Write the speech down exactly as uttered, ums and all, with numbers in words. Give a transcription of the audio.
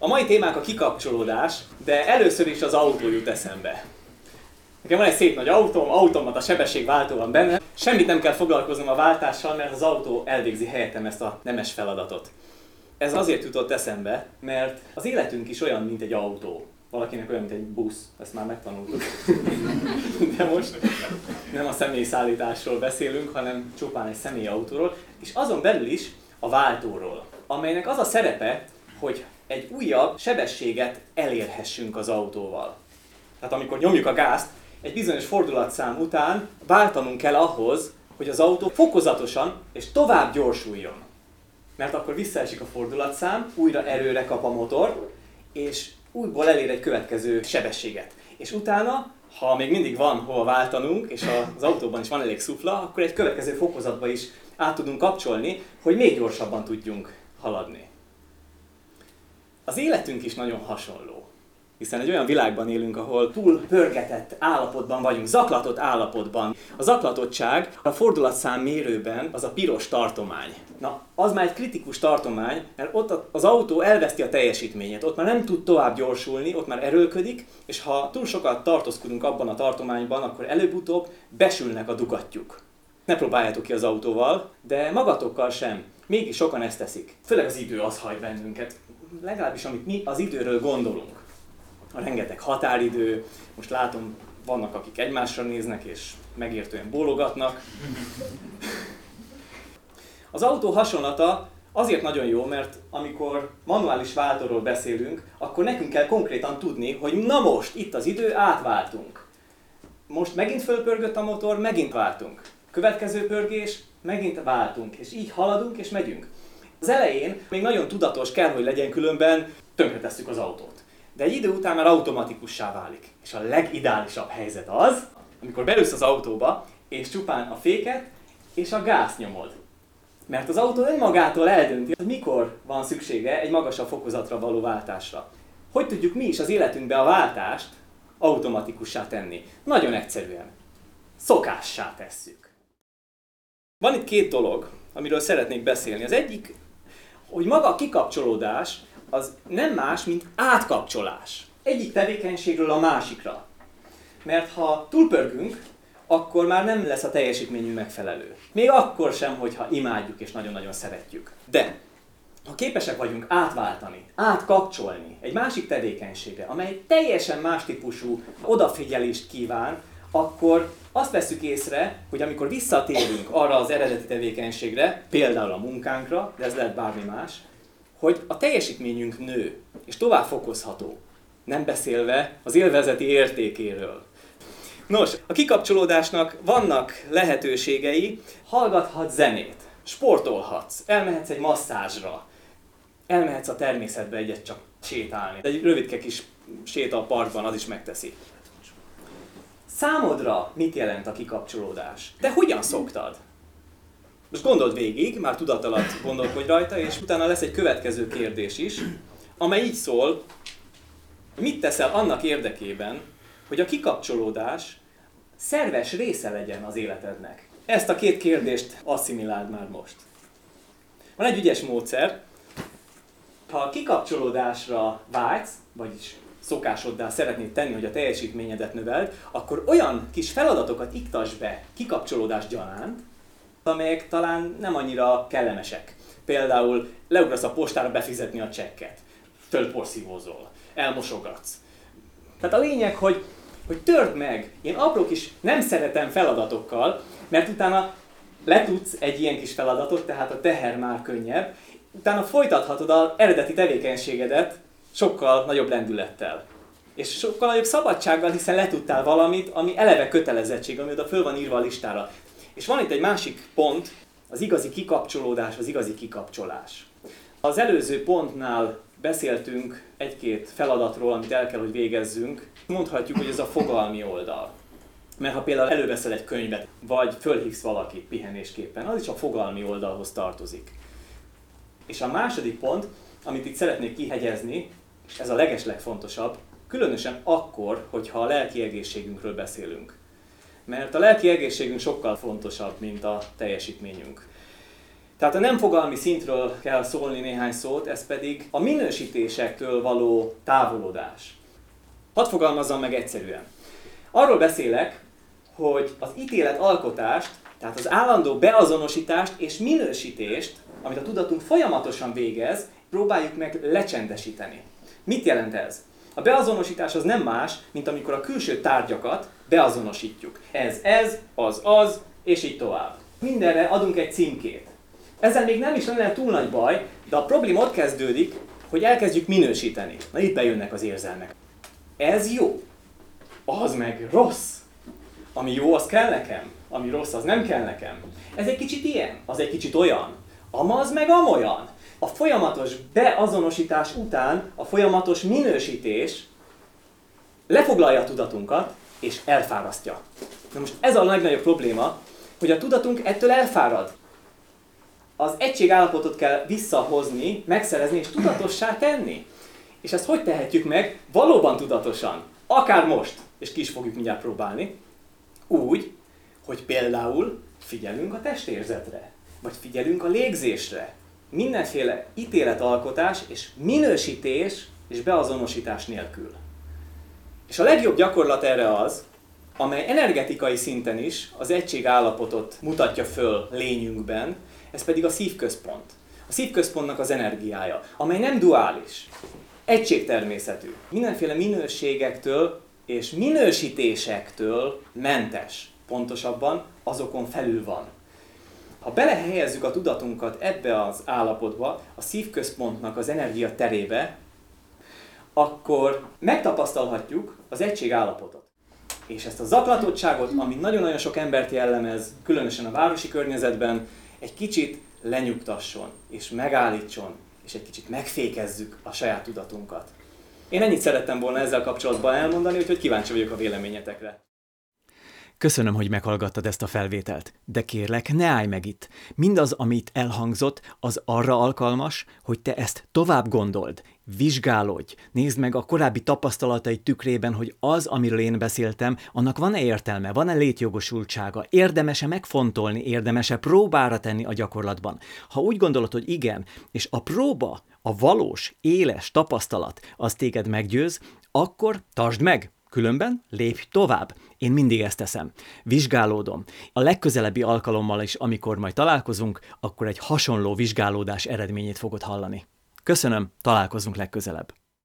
A mai témánk a kikapcsolódás, de először is az autó jut eszembe. Nekem van egy szép nagy autóm, automata sebességváltó van benne. Semmit nem kell foglalkoznom a váltással, mert az autó elvégzi helyettem ezt a nemes feladatot. Ez azért jutott eszembe, mert az életünk is olyan, mint egy autó. Valakinek olyan, mint egy busz, ezt már megtanultuk. De most nem a személyszállításról beszélünk, hanem csupán egy személyautóról, és azon belül is a váltóról, amelynek az a szerepe, hogy egy újabb sebességet elérhessünk az autóval. Tehát amikor nyomjuk a gázt, egy bizonyos fordulatszám után váltanunk kell ahhoz, hogy az autó fokozatosan és tovább gyorsuljon. Mert akkor visszaesik a fordulatszám, újra erőre kap a motor, és újból elér egy következő sebességet. És utána, ha még mindig van hol váltanunk, és az autóban is van elég szufla, akkor egy következő fokozatba is át tudunk kapcsolni, hogy még gyorsabban tudjunk haladni. Az életünk is nagyon hasonló. Hiszen egy olyan világban élünk, ahol túl pörgetett állapotban vagyunk, zaklatott állapotban. A zaklatottság a fordulatszám mérőben az a piros tartomány. Na, az már egy kritikus tartomány, mert ott az autó elveszti a teljesítményét, ott már nem tud tovább gyorsulni, ott már erőlködik, és ha túl sokat tartózkodunk abban a tartományban, akkor előbb-utóbb besülnek a dukattyúk. Ne próbáljátok ki az autóval, de magatokkal sem. Mégis sokan ezt teszik. Főleg az idő az hajt bennünket. Legalábbis amit mi az időről gondolunk. A rengeteg határidő, most látom, vannak akik egymásra néznek és megértően bólogatnak. Az autó hasonlata azért nagyon jó, mert amikor manuális váltóról beszélünk, akkor nekünk kell konkrétan tudni, hogy na most, itt az idő, átváltunk. Most megint fölpörgött a motor, megint váltunk. Következő pörgés, megint váltunk, és így haladunk és megyünk. Az elején még nagyon tudatos kell, hogy legyen, különben tönkretesszük az autót. De egy idő után már automatikussá válik. És a legideálisabb helyzet az, amikor beülsz az autóba, és csupán a féket és a gázt nyomod. Mert az autó önmagától eldönti, hogy mikor van szüksége egy magasabb fokozatra való váltásra. Hogy tudjuk mi is az életünkbe a váltást automatikussá tenni? Nagyon egyszerűen. Szokássá tesszük. Van itt két dolog, amiről szeretnék beszélni. Az egyik, hogy maga a kikapcsolódás az nem más, mint átkapcsolás. Egyik tevékenységről a másikra. Mert ha túlpörgünk, akkor már nem lesz a teljesítményünk megfelelő. Még akkor sem, hogyha imádjuk és nagyon-nagyon szeretjük. De ha képesek vagyunk átváltani, átkapcsolni egy másik tevékenységre, amely teljesen más típusú odafigyelést kíván, akkor azt vesszük észre, hogy amikor visszatérünk arra az eredeti tevékenységre, például a munkánkra, de ez lehet bármi más, hogy a teljesítményünk nő, és tovább fokozható, nem beszélve az élvezeti értékéről. Nos, a kikapcsolódásnak vannak lehetőségei, hallgathatsz zenét, sportolhatsz, elmehetsz egy masszázsra, elmehetsz a természetbe egyet csak sétálni. Egy rövidke kis séta a parkban, az is megteszi. Számodra mit jelent a kikapcsolódás? Te hogyan szoktad? Most gondold végig, már tudat alatt gondolkodj rajta, és utána lesz egy következő kérdés is, amely így szól, mit teszel annak érdekében, hogy a kikapcsolódás szerves része legyen az életednek. Ezt a két kérdést asszimiláld már most. Van egy ügyes módszer, ha a kikapcsolódásra vágysz, vagyis szokásoddá szeretnéd tenni, hogy a teljesítményedet növeld, akkor olyan kis feladatokat iktass be kikapcsolódás gyanánt, amelyek talán nem annyira kellemesek. Például leugrasz a postára befizetni a csekket, fölporszívózol, elmosogatsz. Tehát a lényeg, hogy, hogy törd meg ilyen apró kis nem szeretem feladatokkal, mert utána letudsz egy ilyen kis feladatot, tehát a teher már könnyebb, utána folytathatod az eredeti tevékenységedet sokkal nagyobb lendülettel. És sokkal nagyobb szabadsággal, hiszen letudtál valamit, ami eleve kötelezettség, ami oda föl van írva a listára. És van itt egy másik pont, az igazi kikapcsolódás, az igazi kikapcsolás. Az előző pontnál beszéltünk egy-két feladatról, amit el kell, hogy végezzünk. Mondhatjuk, hogy ez a fogalmi oldal. Mert ha például előveszel egy könyvet, vagy fölhívsz valakit pihenésképpen, az is a fogalmi oldalhoz tartozik. És a második pont, amit itt szeretnék kihegyezni, és ez a legeslegfontosabb, különösen akkor, hogyha a lelki egészségünkről beszélünk. Mert a lelki egészségünk sokkal fontosabb, mint a teljesítményünk. Tehát a nem fogalmi szintről kell szólni néhány szót, ez pedig a minősítésektől való távolodás. Hadd fogalmazzam meg egyszerűen. Arról beszélek, hogy az ítéletalkotást, tehát az állandó beazonosítást és minősítést, amit a tudatunk folyamatosan végez, próbáljuk meg lecsendesíteni. Mit jelent ez? A beazonosítás az nem más, mint amikor a külső tárgyakat beazonosítjuk. Ez ez, az az, és így tovább. Mindenre adunk egy címkét. Ezzel még nem is lenne túl nagy baj, de a probléma ott kezdődik, hogy elkezdjük minősíteni. Na itt bejönnek az érzelmek. Ez jó, az meg rossz. Ami jó, az kell nekem, ami rossz, az nem kell nekem. Ez egy kicsit ilyen, az egy kicsit olyan. Amaz meg amolyan. A folyamatos beazonosítás után a folyamatos minősítés lefoglalja a tudatunkat és elfárasztja. Na most ez a legnagyobb probléma, hogy a tudatunk ettől elfárad. Az egységállapotot kell visszahozni, megszerezni és tudatossá tenni. És ezt hogy tehetjük meg? Valóban tudatosan. Akár most, és ki is fogjuk mindjárt próbálni. Úgy, hogy például figyelünk a testérzetre, vagy figyelünk a légzésre. Mindenféle ítéletalkotás és minősítés és beazonosítás nélkül. És a legjobb gyakorlat erre az, amely energetikai szinten is az egységállapotot mutatja föl lényünkben, ez pedig a szívközpont. A szívközpontnak az energiája, amely nem duális, egységtermészetű, mindenféle minőségektől és minősítésektől mentes, pontosabban azokon felül van. Ha belehelyezzük a tudatunkat ebbe az állapotba, a szívközpontnak az energia terébe, akkor megtapasztalhatjuk az egységállapotot. És ezt a zaklatottságot, ami nagyon-nagyon sok embert jellemez, különösen a városi környezetben, egy kicsit lenyugtasson, és megállítson, és egy kicsit megfékezzük a saját tudatunkat. Én ennyit szerettem volna ezzel kapcsolatban elmondani, úgyhogy kíváncsi vagyok a véleményetekre. Köszönöm, hogy meghallgattad ezt a felvételt, de kérlek, ne állj meg itt. Mindaz, amit elhangzott, az arra alkalmas, hogy te ezt tovább gondold, vizsgálódj, nézd meg a korábbi tapasztalataid tükrében, hogy az, amiről én beszéltem, annak van-e értelme, van-e létjogosultsága, érdemese megfontolni, érdemese próbára tenni a gyakorlatban. Ha úgy gondolod, hogy igen, és a próba, a valós, éles tapasztalat, az téged meggyőz, akkor tartsd meg! Különben lépj tovább. Én mindig ezt teszem. Vizsgálódom. A legközelebbi alkalommal is, amikor majd találkozunk, akkor egy hasonló vizsgálódás eredményét fogod hallani. Köszönöm, találkozunk legközelebb.